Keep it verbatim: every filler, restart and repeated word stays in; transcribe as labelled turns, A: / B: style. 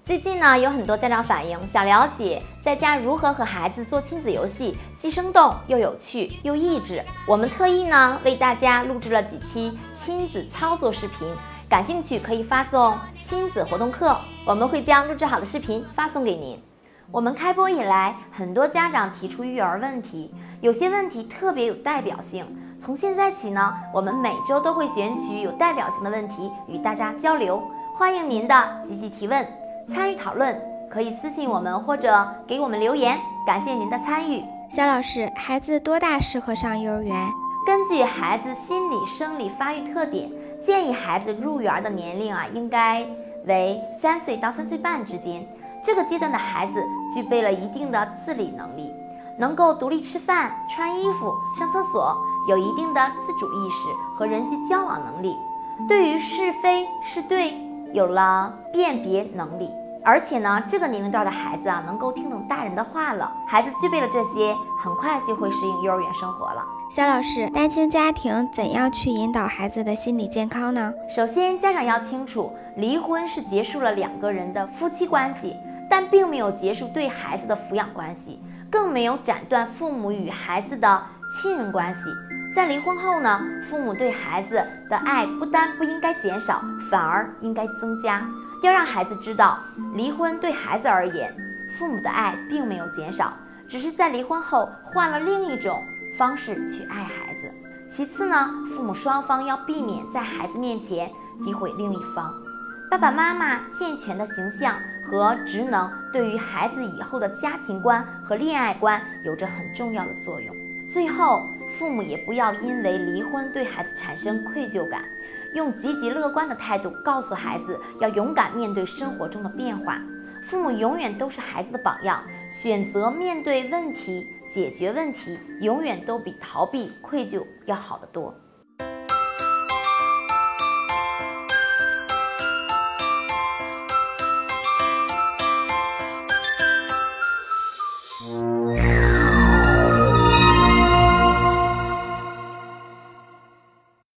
A: 最近呢，有很多家长反映想了解在家如何和孩子做亲子游戏，既生动又有趣又益智。我们特意呢为大家录制了几期亲子操作视频，感兴趣可以发送亲子活动课，我们会将录制好的视频发送给您。我们开播以来，很多家长提出育儿问题，有些问题特别有代表性。从现在起呢，我们每周都会选取有代表性的问题与大家交流，欢迎您的积极提问。参与讨论可以私信我们或者给我们留言，感谢您的参与。
B: 肖老师，孩子多大适合上幼儿园？
A: 根据孩子心理生理发育特点，建议孩子入园的年龄啊，应该为三岁到三岁半之间。这个阶段的孩子具备了一定的自理能力，能够独立吃饭、穿衣服、上厕所，有一定的自主意识和人际交往能力，对于是非是对有了辨别能力。而且呢，这个年龄段的孩子啊，能够听懂大人的话了。孩子具备了这些，很快就会适应幼儿园生活了。
B: 肖老师，单亲家庭怎样去引导孩子的心理健康呢？
A: 首先，家长要清楚，离婚是结束了两个人的夫妻关系，但并没有结束对孩子的抚养关系，更没有斩断父母与孩子的亲人关系。在离婚后呢，父母对孩子的爱不但不应该减少，反而应该增加。要让孩子知道，离婚对孩子而言，父母的爱并没有减少，只是在离婚后换了另一种方式去爱孩子。其次呢，父母双方要避免在孩子面前诋毁另一方。爸爸妈妈健全的形象和职能对于孩子以后的家庭观和恋爱观有着很重要的作用。最后，父母也不要因为离婚对孩子产生愧疚感，用积极乐观的态度告诉孩子要勇敢面对生活中的变化。父母永远都是孩子的榜样，选择面对问题、解决问题，永远都比逃避、愧疚要好得多。